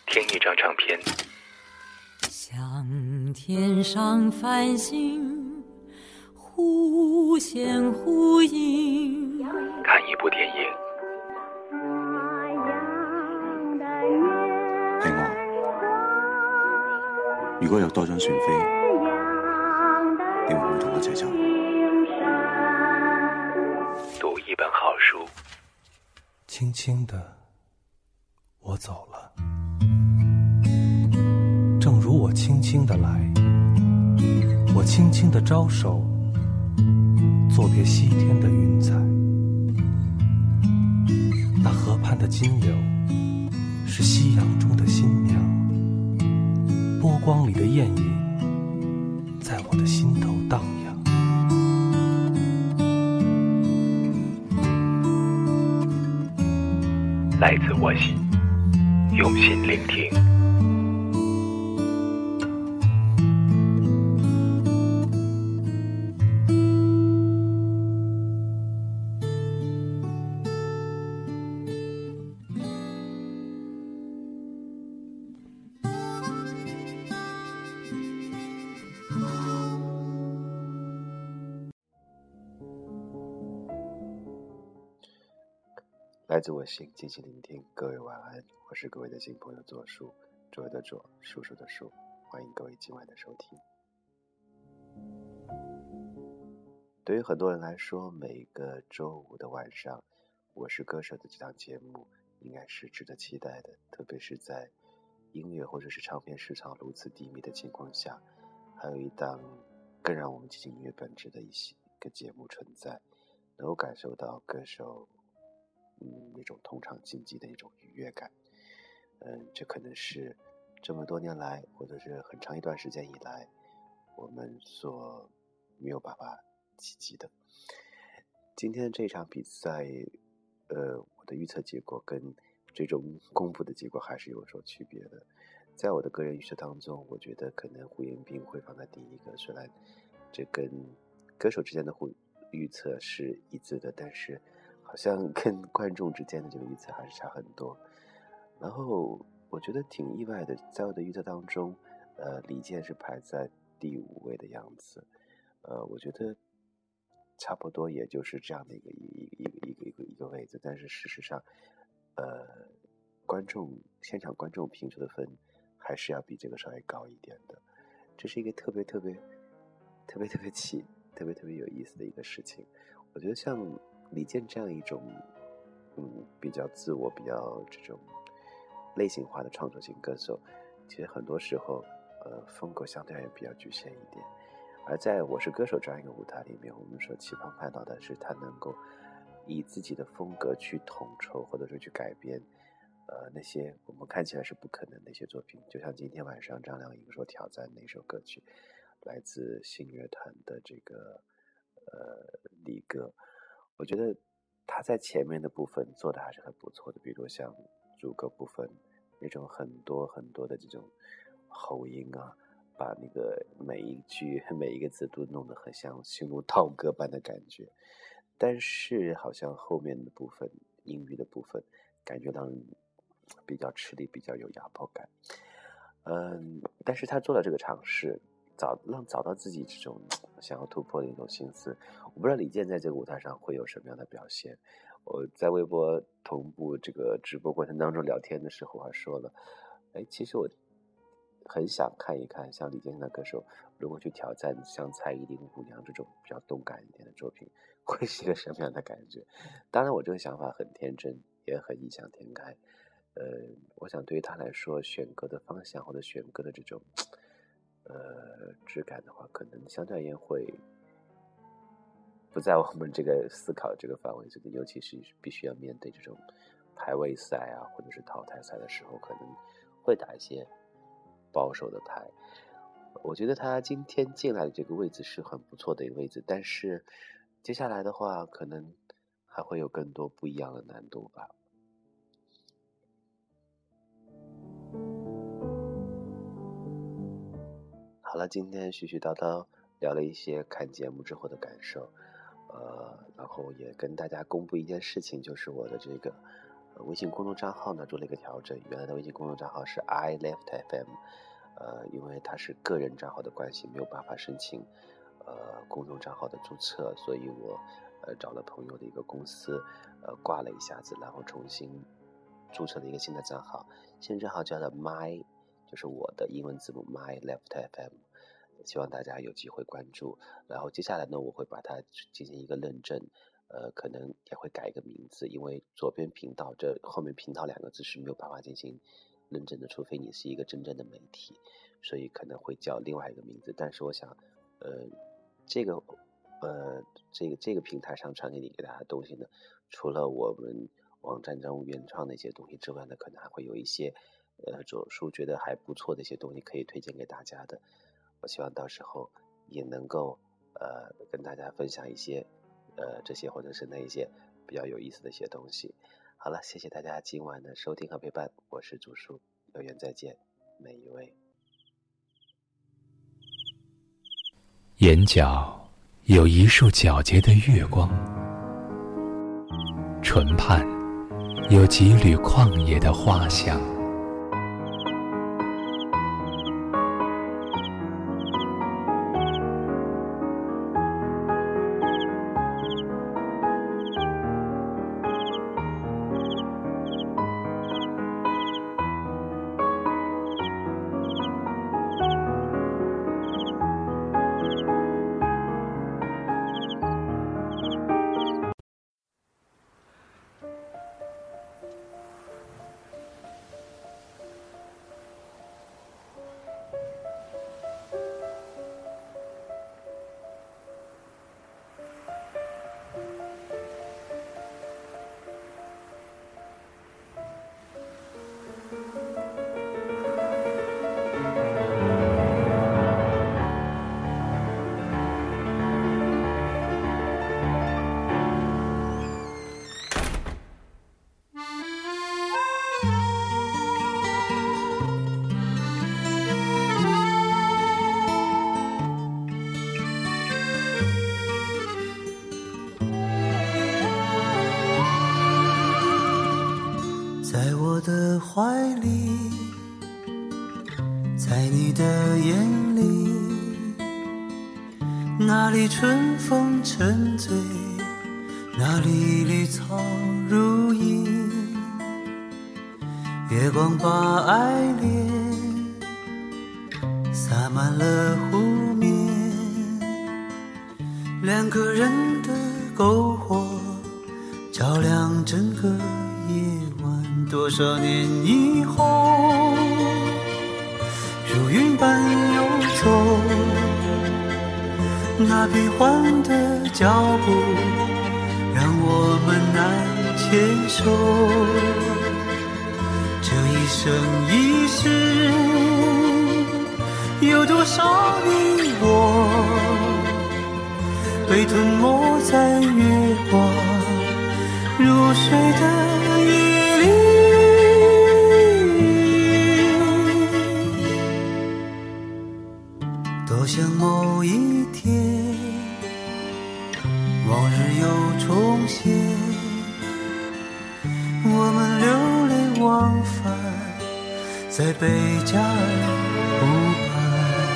听一张唱片， 像天上繁星忽现忽隐， 看一部电影， 係我。如果有多張船飛，你會唔會同我一齊走？ 讀一本好書， 輕輕的我走了，正如我輕輕的來，我輕輕的招手，作別西天的雲彩。那河畔的金柳是夕陽中的新娘，波光裡的豔影在我的心頭蕩漾。 來自我心，用心聆聽。 来自我心，静静聆听。各位晚安，我是各位的新朋友左叔，周围的左，叔叔的叔，欢迎各位今晚的收听。对于很多人来说，每个周五的晚上，我是歌手的这档节目应该是值得期待的，特别是在音乐或者是唱片市场如此低迷的情况下，还有一档更让我们接近音乐本质的一个节目存在，能够感受到歌手那种同场竞技的一种愉悦感。这可能是这么多年来，或者是很长一段时间以来，我们所没有办法企及的。今天这场比赛，我的预测结果跟最终公布的结果还是有所区别的。在我的个人预测当中，我觉得可能胡彦斌会放在第一个，虽然这跟歌手之间的预测是一致的，但是好像跟观众之间的这个预测还是差很多。然后我觉得挺意外的，在我的预测当中，李健是排在第5位的样子。我觉得差不多也就是这样的一个位置，但是事实上，现场观众评出的分还是要比这个稍微高一点的。这是一个特别有意思的一个事情。我觉得像李健这样一种比较自我、比较这种类型化的创作型歌手，其实很多时候风格相对也比较局限一点。而在我是歌手这样一个舞台里面，我们说期盼看到的是他能够以自己的风格去统筹或者说去改编那些我们看起来是不可能的一些作品。就像今天晚上张靓颖所挑战的一首歌曲，来自信乐团的这个离歌，我觉得他在前面的部分做的还是很不错的，比如像主歌部分那种很多的这种喉音啊，把那个每一句每一个字都弄得很像心如刀割般的感觉。但是好像后面的部分音域的部分感觉让人比较吃力，比较有压迫感。但是他做了这个尝试，找到自己这种想要突破的一种心思。我不知道李健在这个舞台上会有什么样的表现。我在微博同步这个直播过程当中聊天的时候还说了，其实我很想看一看像李健的歌手如果去挑战像蔡依林、舞娘这种比较动感一点的作品，会是一个什么样的感觉。当然我这个想法很天真，也很异想天开。我想对于他来说，选歌的方向或者选歌的这种质感的话，可能相对而言会不在我们这个思考这个范围之内，尤其是必须要面对这种排位赛啊或者是淘汰赛的时候，可能会打一些保守的牌。我觉得他今天进来的这个位置是很不错的一个位置，但是接下来的话可能还会有更多不一样的难度吧。好了，今天絮絮叨叨聊了一些看节目之后的感受，然后也跟大家公布一件事情，就是我的这个微信公众账号呢做了一个调整，原来的微信公众账号是 iLeftFM，因为它是个人账号的关系，没有办法申请公众账号的注册，所以我找了朋友的一个公司挂了一下子，然后重新注册了一个新的账号，新的账号叫做 My， 就是我的英文字母 myLeftFM， 希望大家有机会关注。然后接下来呢，我会把它进行一个认证，可能也会改一个名字，因为左边频道这后面频道2个字是没有办法进行认证的，除非你是一个真正的媒体，所以可能会叫另外一个名字。但是我想这个平台上传给大家的东西呢，除了我们网站中原创的一些东西之外呢，可能还会有一些左叔觉得还不错的一些东西可以推荐给大家的。我希望到时候也能够跟大家分享一些这些或者是那一些比较有意思的一些东西。好了，谢谢大家今晚的收听和陪伴，我是左叔，有缘再见，每一位。 眼角有一束皎洁的月光，唇畔有几缕旷野的花香。 的怀里，在你的眼里，那里春风沉醉，那里绿草如茵，月光把爱恋洒满了湖面，两个人的篝火照亮整个夜晚。多少年以后，如云般游走，那变幻的脚步让我们难牵手。这一生一世，有多少你我被吞没在月光入睡的夜里。多想某一天，往日又重现，我们流连忘返在贝加尔湖畔。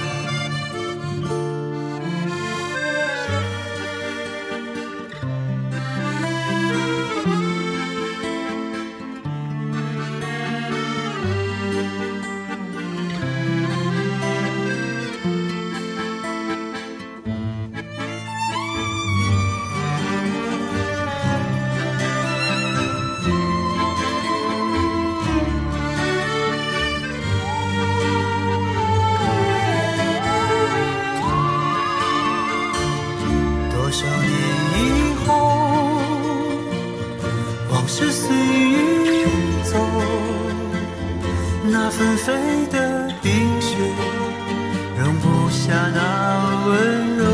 多少年以后，往事随云走，那纷飞的冰雪容不下那温柔。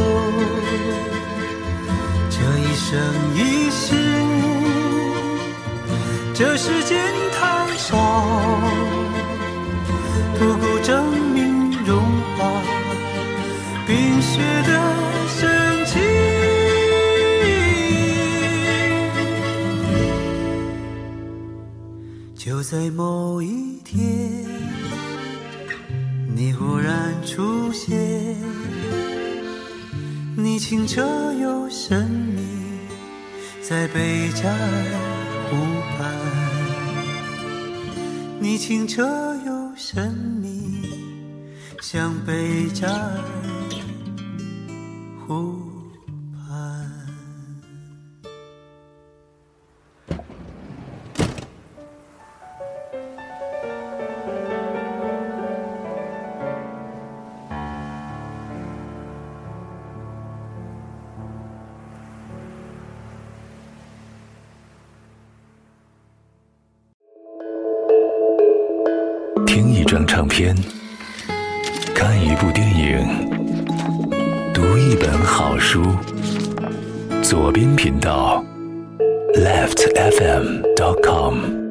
这一生一世，这世间太少，不够证明融化冰雪的深情。 在某一天，你忽然出现，你清澈又神秘，在贝加尔湖畔。你清澈又神秘，像贝加尔湖畔。 听一张唱片，看一部电影，读一本好书。左边频道 leftfm.com